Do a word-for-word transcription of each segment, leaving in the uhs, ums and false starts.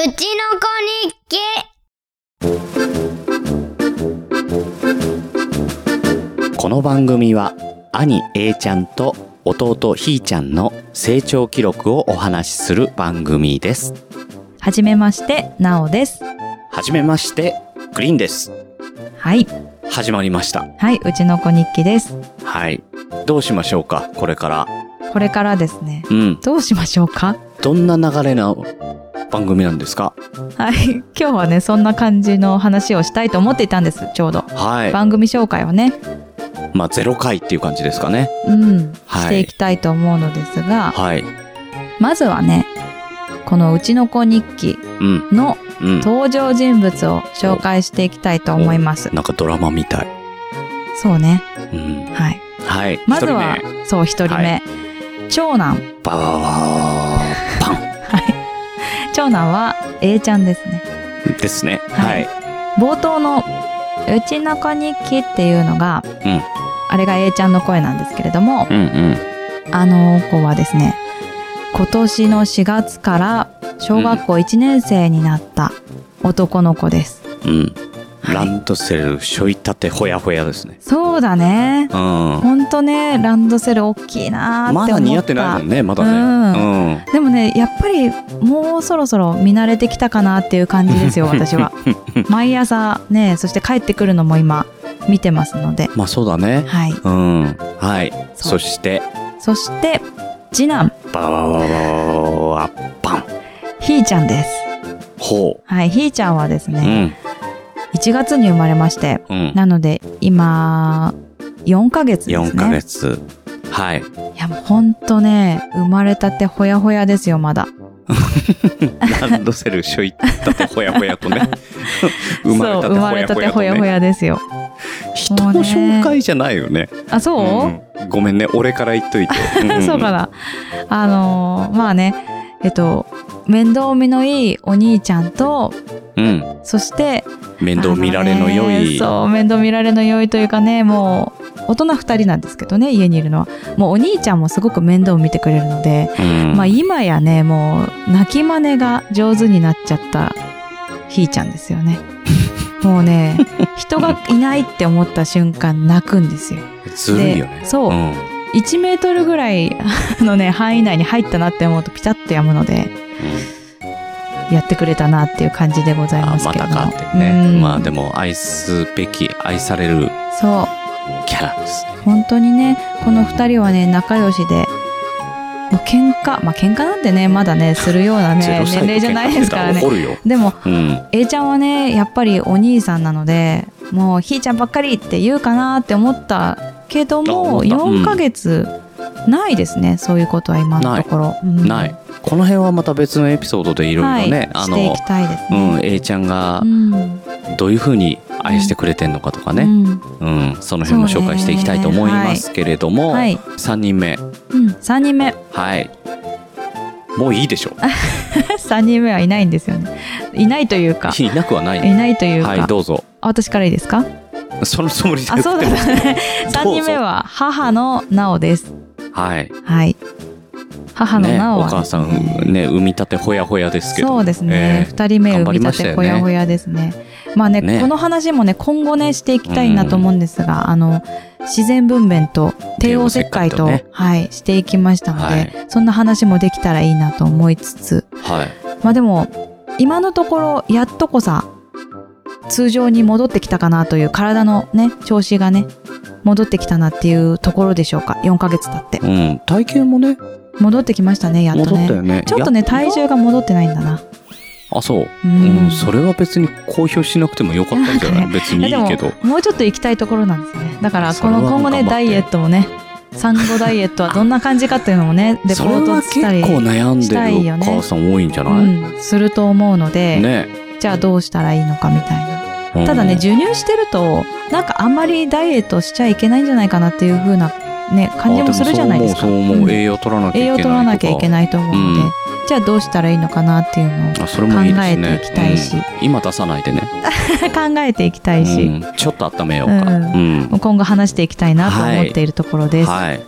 うちの子日記。 この番組は兄 A ちゃんと弟ひーちゃんの成長記録をお話しする番組です。 はじめまして、なおです。 はじめまして、グリーンです。 はい。 始まりました。 はい、うちの子日記です。 はい。どうしましょうか、これから。 これからですね。 うん。 どうしましょうか。 どんな流れの番組なんですか。 はい。今日はね、そんな感じの話をしたいと思っていたんです、ちょうど。 はい。 番組紹介をね。 まあ、ゼロ回っていう感じですかね。 うん。 はい、 していきたいと思うのですが、 はい。 まずはね、このうちの子日記の登場人物を紹介していきたいと思います。 なんかドラマみたい。 そうね。 うん。 はい。 はい。 まずは、そう、一人目。はい、長男。 バワワーパン。はい。 長男は A ちゃんですね。 ですね。はい。 冒頭のうちの子日記っていうのが、 うん、 あれが A ちゃんの声なんですけれども、 うんうん、 あの子はですね、今年のしがつから小学校いちねん生になった男の子です。 うん。ランドセルしょいたてほやほやですね。 そうだね。うん。ほんとね、ランドセル大きいなーって思った。 まだ似合ってないもんね、まだね。うん。 うん、でもね、やっぱりもうそろそろ見慣れてきたかなっていう感じですよ、私は。毎朝ね、そして帰ってくるのも今見てますので。 まあそうだね。 はい。 うん。はい。そして。 そして、次男。 バワワワワパン。 ひーちゃんです。 ほう。 はい、ひーちゃんはですね、 うんいちがつに生まれまして、うん、なので今よんかげつですね。 よんかげつ。はい。いやもうほんとね、生まれたてほやほやですよ、まだ。 ランドセルしょいたてほやほやとね。 生まれたてほやほやとね。そう、生まれたてほやほやですよ。 人の紹介じゃないよね。 あ、そう、うん、 ごめんね、俺から言っといて。 そうかな。あのー、まあね、えっと、面倒見のいいお兄ちゃんと、 うん、 そして面倒見られの良い、 ね、そう面倒見られの良いというかね、もう大人ふたりなんですけどね、家にいるのはもうお兄ちゃんもすごく面倒を見てくれるので、うん、まあ今やね、もう泣き真似が上手になっちゃったひーちゃんですよね。もうね、人がいないって思った瞬間泣くんですよ。 ずるいよね。 そう、うん、いちメートルぐらいのね範囲内に入ったなって思うとピタッとやむので、うん、やってくれたなっていう感じでございますけども。 あ、またかってね、うん、まあでも愛すべき愛されるそうキャラです。 本当にね、このふたりはね仲良しで、もう喧嘩まあ喧嘩なんてねまだねするようなね年齢じゃないですからね。でも、うん、A ちゃんはねやっぱりお兄さんなので、もうひーちゃんばっかりって言うかなって思ったけども、よんかげつないですね、そういうことは今のところ。 ない、うん、ない。この辺はまた別のエピソードでいろいろね、 はい、していきたいですね。 うん、A ちゃんがどういう風に愛してくれてんのかとかね、うんうん、その辺も紹介していきたいと思いますけれども、はい、さんにんめ、 うん、さんにんめ、 はい、もういいでしょう。 さんにんめはいないんですよね。いないというか、 いなくはない、 いないというか、 はい、どうぞ。 私からいいですか。 そのつもりで。 あ、そうだね。さんにんめは母のなおです。 はいはい。母のなおは、 ね、お母さんね、産み立てほやほやですけど。 そうですね。えー、ふたりめ産み立てほやほやですね。まあね、ね、この話もね今後ねしていきたいなと思うんですが、うん、あの自然分娩と帝王切開と、ね、はいしていきましたので、はい、そんな話もできたらいいなと思いつつ、 はい、 まあでも今のところやっとこさ通常に戻ってきたかなという、体のね調子がね戻ってきたなっていうところでしょうか。よんかげつ経って、 うん、体型もね戻ってきましたね、やっとね。 戻ったよね。 ちょっとね体重が戻ってないんだな。 あ、そう、うん、それは別に公表しなくてもよかったんじゃない。別にいいけど、 もうちょっと行きたいところなんですね。だからこの今後ねダイエットもね、産後ダイエットはどんな感じかっていうのもねレポートしたりそれは結構悩んでるお母さん多いんじゃない、 うん、すると思うので、ね、じゃあどうしたらいいのかみたいな、うん、ただね授乳してるとなんかあんまりダイエットしちゃいけないんじゃないかなっていう風なね感じもするじゃないですか。 そう思う、そう思う、栄養取らなきゃいけないとか、 栄養取らなきゃいけないと思うので、うん、じゃあどうしたらいいのかなっていうのを考えていきたいし、 うん、今出さないでね考えていきたいし、うん、 ちょっと温めようか、うんうん、今後話していきたいなと思っているところです、 はいはい、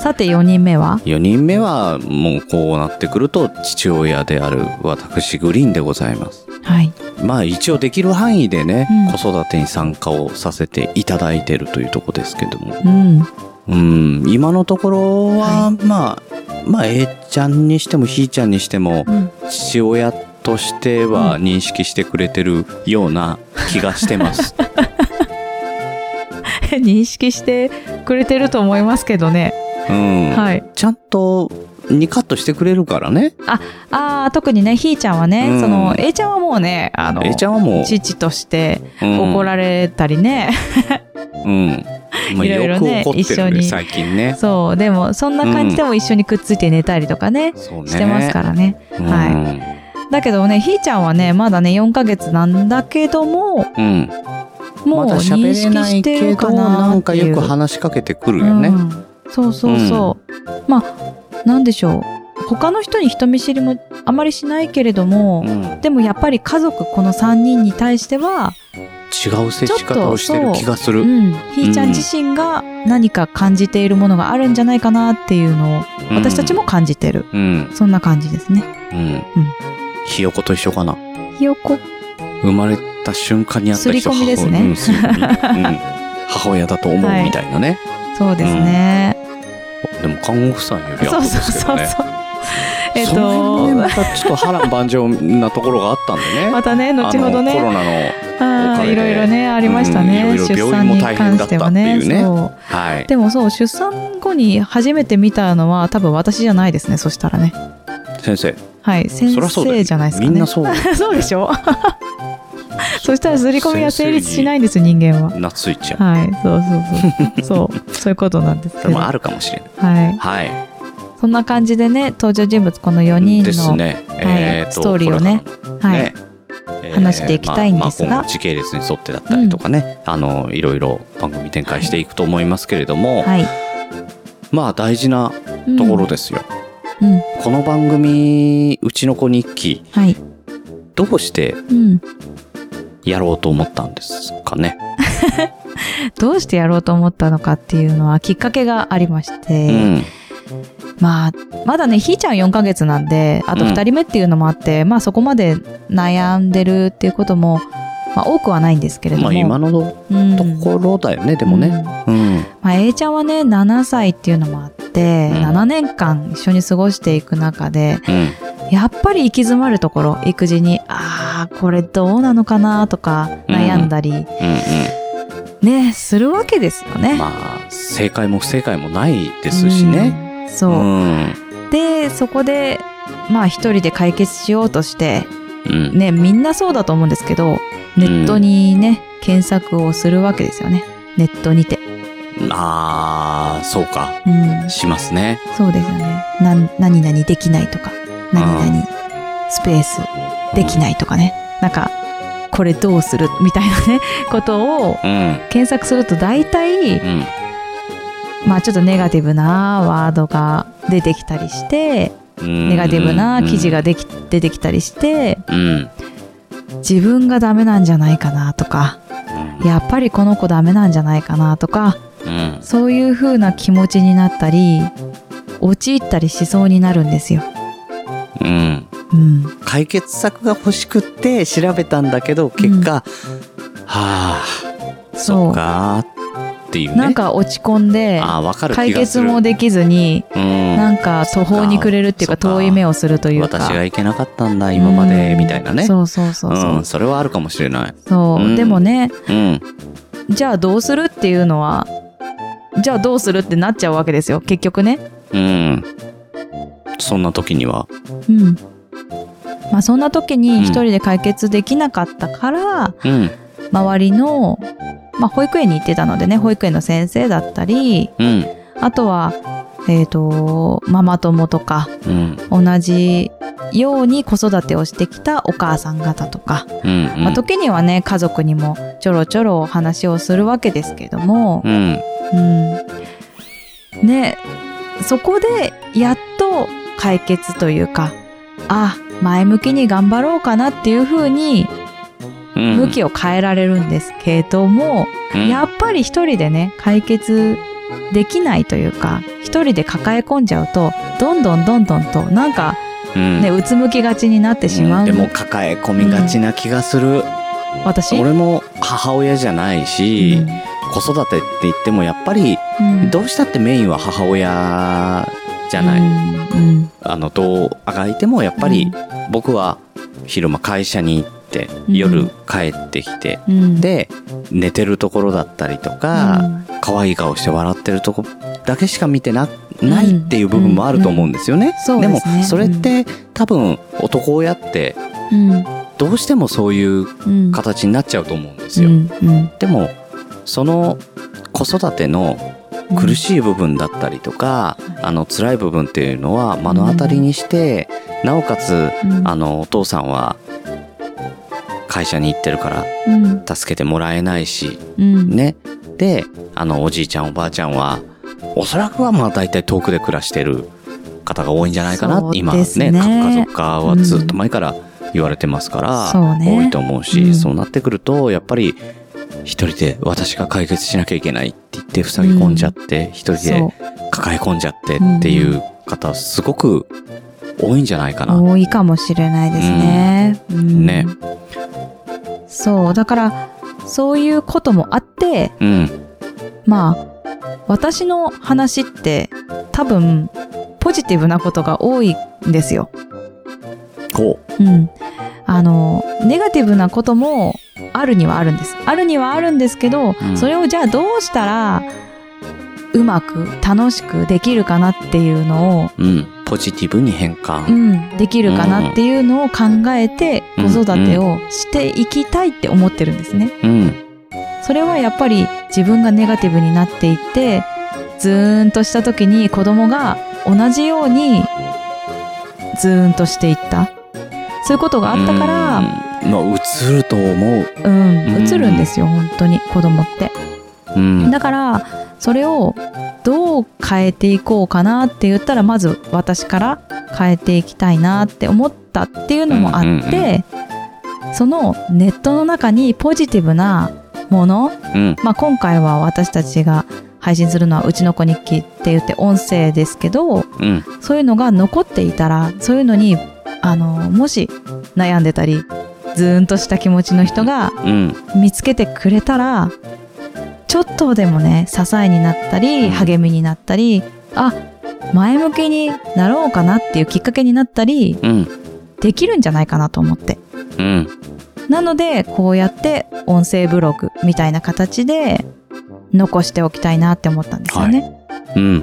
さてよにんめはよにんめはもうこうなってくると父親である私グリーンでございます。 はい。 まあ一応できる範囲でね、 うん、 子育てに参加をさせていただいてるというところですけども、 うん、 うん今のところは、はい、まあまあ A ちゃんにしてもひーちゃんにしても、うん、父親としては認識してくれてるような気がしてます。 認識してくれてると思いますけどね。 うん、はい。ちゃんとにカットしてくれるからね。 あ、あ特にねひーちゃんはね、うん、その A ちゃんはもうねあの A ちゃんはもう父として怒られたりね。 うん。まあ、 いろいろね、 ね一緒に最近ね。 そうでもそんな感じでも一緒にくっついて寝たりとかね、うん、してますからね。 うん、 はい。だけどねひーちゃんはねまだねよんかげつなんだけども。うん。もう認識してるかなっていう。 まだ喋れないけどなんかよく話しかけてくるよね。 うん、そうそうそう。うん、まあなんでしょう。他の人に人見知りもあまりしないけれども、うん、でもやっぱり家族このさんにんに対しては違う接し方をしてる気がする。 うん、ひーちゃん自身が何か感じているものがあるんじゃないかなっていうのを私たちも感じてる。うん、そんな感じですね。うん。うん、 ひよこと一緒かな。 ひよこ。 生まれた瞬間にあった人刷り込みですね。 うん、刷り込み、うん、母親だと思うみたいなね。はい、 そうですね。 うん、でも看護婦さんよりはですけどね。 そうそうそうそう。 えっと、そのね、またちょっと波乱万丈なところがあったんでね。 またね、後ほどね。 コロナのおかげでいろいろね、ありましたね。 うん、いろいろ病院も大変だったっていうね。 そうはい、でもそう、出産後に初めて見たのは多分私じゃないですね、そしたらね。 先生。 はい、先生じゃないですかね。 みんなそう。 そうでしょそしたら刷り込みは成立しないんですよ、人間は。 懐いちゃう。 はい、そうそうそう。そう、そういうことなんですけど。 まあ、あるかもしれない。 はい。 はい。 そんな感じでね、登場人物このよにんの、 ですね、えーはい、ストーリーをね、はい、ねえー、話していきたいんですが、まあまあ、 時系列に沿ってだったりとかね、うん、あのいろいろ番組展開していくと思いますけれども、はい、まあ大事なところですよ。うんうん、この番組うちの子日記、はい、どうしてやろうと思ったんですかね。 どうしてやろうと思ったのかっていうのはきっかけがありまして、うん、まあまだねひーちゃんよんかげつなんであとふたりめっていうのもあって、うん、まあそこまで悩んでるっていうことも、まあ、多くはないんですけれども、まあ、 今のところだよね、うん、でもね、うんうんまあ、A ちゃんはねななさいっていうのもあって、うん、ななねんかん一緒に過ごしていく中で、うんやっぱり行き詰まるところ育児にあーこれどうなのかなとか悩んだり、うんうんうん、ねするわけですよね。 まあ正解も不正解もないですしね、 うん、そう、うん、でそこでまあ一人で解決しようとして、うん、ねみんなそうだと思うんですけどネットにね、うん、検索をするわけですよねネットにて。 あーそうか、うん、しますね。 そうですよね。な何々できないとか何々スペースできないとかね、なんかこれどうするみたいなねことを検索すると大体、うん、まあちょっとネガティブなワードが出てきたりして、うん、ネガティブな記事ができ、うん、出てきたりして、うん、自分がダメなんじゃないかなとか、うん、やっぱりこの子ダメなんじゃないかなとか、うん、そういう風な気持ちになったり陥ったりしそうになるんですよ。 うんうん、解決策が欲しくって調べたんだけど結果、うん、はあそうかっていうね。 なんか落ち込んであ分かる気がする。 解決もできずに、うん、なんか途方に暮れるっていうか遠い目をするというか私がいけなかったんだ今まで、うん、みたいなね。 そうそうそうそう、 うん、それはあるかもしれない。 そう、 うん、 でもね、うん、じゃあどうするっていうのはじゃあどうするってなっちゃうわけですよ結局ね。 うんそんな時には、 うんまあ、そんな時に一人で解決できなかったから、うん、周りの、まあ、保育園に行ってたのでね保育園の先生だったり、うん、あとは、えーと、ママ友とか、うん、同じように子育てをしてきたお母さん方とか、うんうんまあ、時にはね家族にもちょろちょろ話をするわけですけども、うんうん、ねそこでやっと解決というかあ前向きに頑張ろうかなっていう風に向きを変えられるんですけども、うん、やっぱり一人でね解決できないというか、一人で抱え込んじゃうとどんどんどんどんとなんかね、うん、うつむきがちになってしまう、うん、 でも抱え込みがちな気がする、うん、 私俺も母親じゃないし、うん、子育てって言ってもやっぱりどうしたってメインは母親じゃない、うんうん、あのどうあがいてもやっぱり僕は昼間会社に行って夜帰ってきて、うん、で寝てるところだったりとか、うん、可愛い顔して笑ってるとこだけしか見て な, ないっていう部分もあると思うんですよね、うんうんうん、でもそれって多分男親ってどうしてもそういう形になっちゃうと思うんですよ、うんうん、でもその子育ての苦しい部分だったりとか、うん、あの辛い部分っていうのは目の当たりにして、うん、なおかつ、うん、あのお父さんは会社に行ってるから助けてもらえないし、うん、ね。で、あのおじいちゃんおばあちゃんはおそらくはまあ大体遠くで暮らしてる方が多いんじゃないかな、今ね、核家族化はずっと前から言われてますから、うんね、多いと思うし、うん、そうなってくるとやっぱり一人で私が解決しなきゃいけないって言って塞ぎ込んじゃって、うん、一人で抱え込んじゃってっていう方すごく多いんじゃないかな。 多いかもしれないですね。うんうん、ね。そうだからそういうこともあって、うん、まあ私の話って多分ポジティブなことが多いんですよ。 ほう。うん。あのネガティブなこともあるにはあるんです。あるにはあるんですけど、うん、それをじゃあどうしたらうまく楽しくできるかなっていうのを、 うん、ポジティブに変換、 うん、できるかなっていうのを考えて子育てをしていきたいって思ってるんですね、うん、それはやっぱり自分がネガティブになっていってズーンとした時に子供が同じようにズーンとしていった、そういうことがあったから、 うん、まあ、映ると思う、 うん、映るんですよ、うん、本当に子供って、うん、だからそれをどう変えていこうかなって言ったらまず私から変えていきたいなって思ったっていうのもあって、うんうんうん、そのネットの中にポジティブなもの、うん、まあ、今回は私たちが配信するのはうちの子日記って言って音声ですけど、うん、そういうのが残っていたらそういうのにあのもし悩んでたりズーンとした気持ちの人が見つけてくれたら、ちょっとでもね支えになったり励みになったり、あ、前向きになろうかなっていうきっかけになったり、うん、できるんじゃないかなと思って、うん、なのでこうやって音声ブログみたいな形で残しておきたいなって思ったんですよね、はい、うんうん、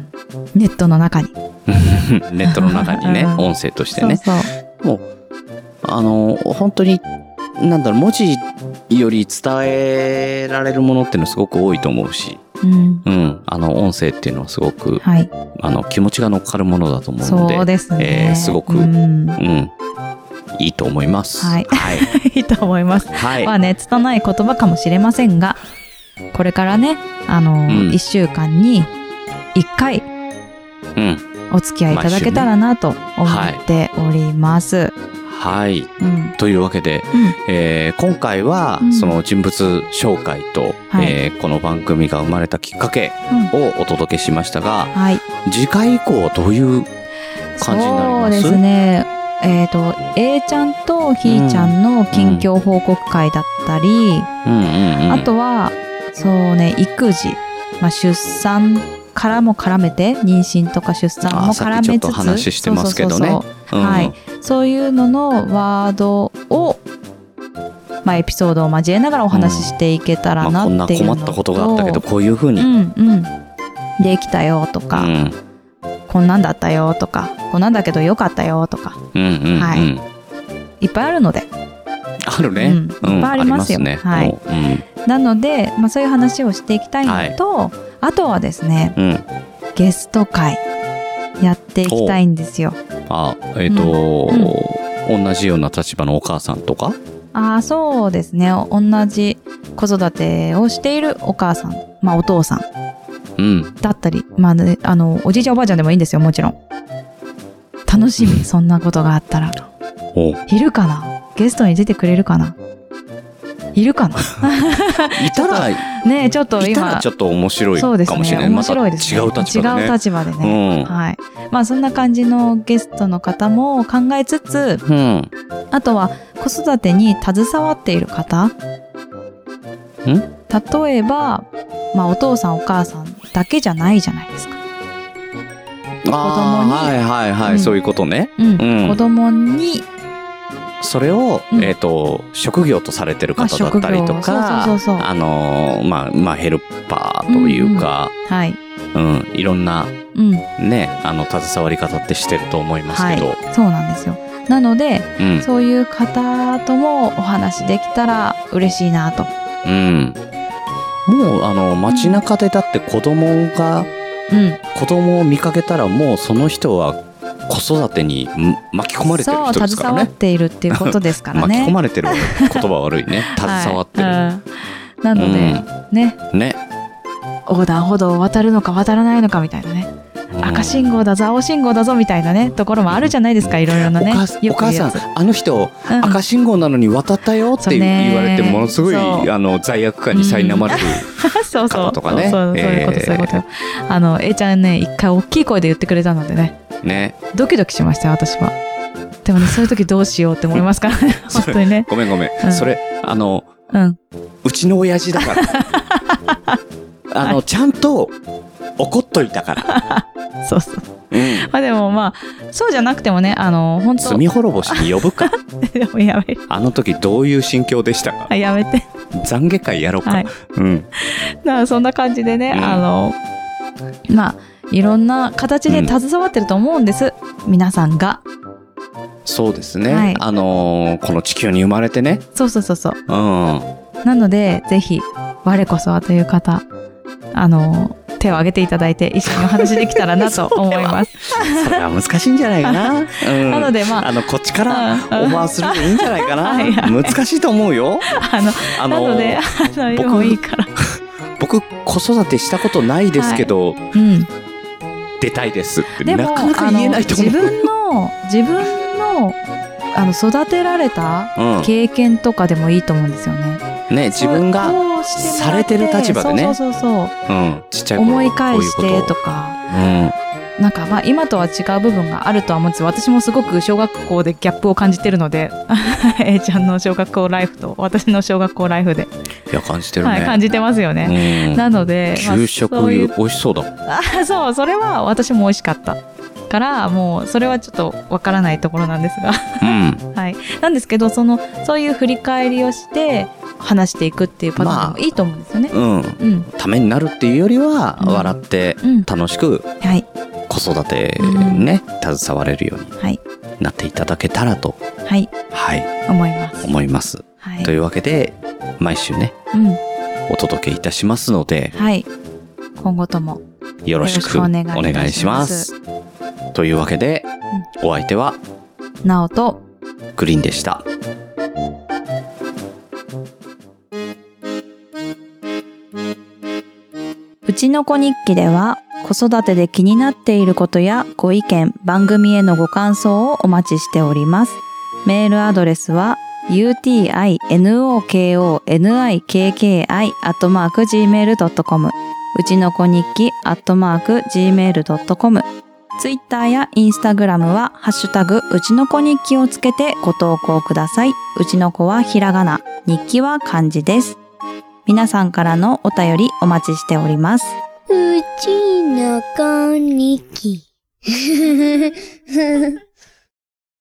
ネットの中にネットの中にね音声としてね、そうそう、もうあの本当になんだろう、文字より伝えられるものっていうのはすごく多いと思うし、うんうん、あの音声っていうのはすごく、はい、あの気持ちが乗っかるものだと思うので、 そうですね、 えー、すごく、うんうん、いいと思います。はい、はい、 いいと思います。はい、まあね、拙い言葉かもしれませんが、これからね、あの、うん、いっしゅうかんにいっかい、うん、お付き合いいただけたらなと思っております。 はい、うん、というわけで、うん、えー、今回はその人物紹介と、うん、えー、この番組が生まれたきっかけをお届けしましたが、うん、はい、次回以降はどういう感じになります？ そうですね、えーと、A ちゃんとひーちゃんの近況報告会だったり、うんうんうん、あとはそうね、育児、まあ、出産からも絡めて、妊娠とか出産も絡めつつ、さっきちょっと話してますけどね、 はい、そういうののワードを、まあ、エピソードを交えながらお話ししていけたらなっていうのと、うん、まあ、こんな困ったことがあったけどこういう風に、うんうん、できたよとか、うん、こんなんだったよとか、こんなんだけどよかったよとか、うんうんうん、はい、いっぱいあるので、 あるね、 うん、いっぱいありますよ、うん、ありますね、はい、うん、なので、まあ、そういう話をしていきたいのと、はい、あとはですね、うん、ゲスト会やっていきたいんですよ。 あ、えーと、うんうん、同じような立場のお母さんとか？ あ、そうですね、同じ子育てをしているお母さん、まあ、お父さん、うん、だったり、まあね、あのおじいちゃんおばあちゃんでもいいんですよ、もちろん。楽しみ、そんなことがあったら。いるかな、ゲストに出てくれるかな。 いるかないたらね、ちょっと今いたらちょっと面白いかもしれない。 面白いですね。 また違う立場でね。 違う立場でね、うん、はい。まあそんな感じのゲストの方も考えつつ、うん、あとは子育てに携わっている方、ん？例えば、まあお父さんお母さんだけじゃないじゃないですか。子供に、 はいはいはい、うん、そういうことね。 うんうん、子供にそれを、うん、えっと職業とされてる方だったりとか、あのまあまあヘルパーというか、 うんうん、はい、 うん、いろんな、うん、ね、あの携わり方ってしてると思いますけど、はい、 そうなんですよ。なので、うん、そういう方ともお話できたら嬉しいなと。 うん。もうあの街中でだって子供が、うん、子供を見かけたらもうその人は子育てに巻き込まれてる人ですからね。 そう、携わっているっていうことですからね。 巻き込まれてる言葉悪いね。携わってる。はい、 うん、なので、うん、ね。 ね。 横断歩道を渡るのか渡らないのかみたいなね。うん、赤信号だぞ青信号だぞみたいなねところもあるじゃないですか、いろいろなね。 お母さんあの人、うん、赤信号なのに渡ったよって言われてものすごいあの罪悪感に苛まれる方とかね。 そうそうそういうことそういうこと。あの A ちゃんね一回大きい声で言ってくれたのでね。 ね。 ドキドキしましたよ私は。でもねそういう時どうしようって思いますからね本当にね。 ごめんごめん、うん、それあの、うん、うちの親父だからあの、はい、ちゃんと怒っといたからそうそう、うん、まあでもまあそうじゃなくてもねあの本当罪滅ぼしに呼ぶかでもやめあの時どういう心境でしたか。 あやめて懺悔会やろうか、はい、うん、 だからそんな感じでね、うん、あのまあいろんな形で携わってると思うんです、うん、皆さんが。 そうですね、はい、あのー、この地球に生まれてね。 そうそうそうそう、 うん、 なのでぜひ我こそはという方あのー手を挙げていただいて一緒にお話できたらなと思いますそれは難しいんじゃないかな、うん、 なのでまああのこっちからオファーするでいいんじゃないかな難しいと思うよ。 あのあのなのであの僕もいいから僕子育てしたことないですけど、はい、うん、出たいですってなかなか言えないと思う。 自分の自分のあの育てられた経験とかでもいいと思うんですよね。 うん、ね、自分がされてる立場でね、 そうそうそうそう、 うん、ちっちゃい頃思い返してとか、うん、なんかまあ今とは違う部分があるとは思うんです。私もすごく小学校でギャップを感じてるのでA ちゃんの小学校ライフと私の小学校ライフでいや感じてるね、 はい、感じてますよね、うん、なので給食、まあ、美味しそうだ。 あそうそれは私も美味しかったからもうそれはちょっとわからないところなんですが、うんはい、なんですけどそのそういう振り返りをして話していくっていうパターンもいいと思うんですよね、まあうんうん、 ためになるっていうよりは、うん、笑って楽しく子育てね、うん、携われるようになっていただけたらと、 はい、 はい、 思います思います、はい、というわけで毎週ね、うん、お届けいたしますので、 はい、今後ともよろしくお願いします。というわけで、うん、お相手はなおとグリーンでした。 うちの子日記では子育てで気になっていることやご意見、番組へのご感想をお待ちしております。メールアドレスは ユーティーアイエヌオーケーオーエヌアイケーケーアイ アットマーク ジーメールドットコム うちの子日記アットマーク ジーメールドットコム ツイッターやインスタグラムはハッシュタグうちの子日記をつけてご投稿ください。うちの子はひらがな、日記は漢字です。皆さんからのお便りお待ちしております。 うちの子日記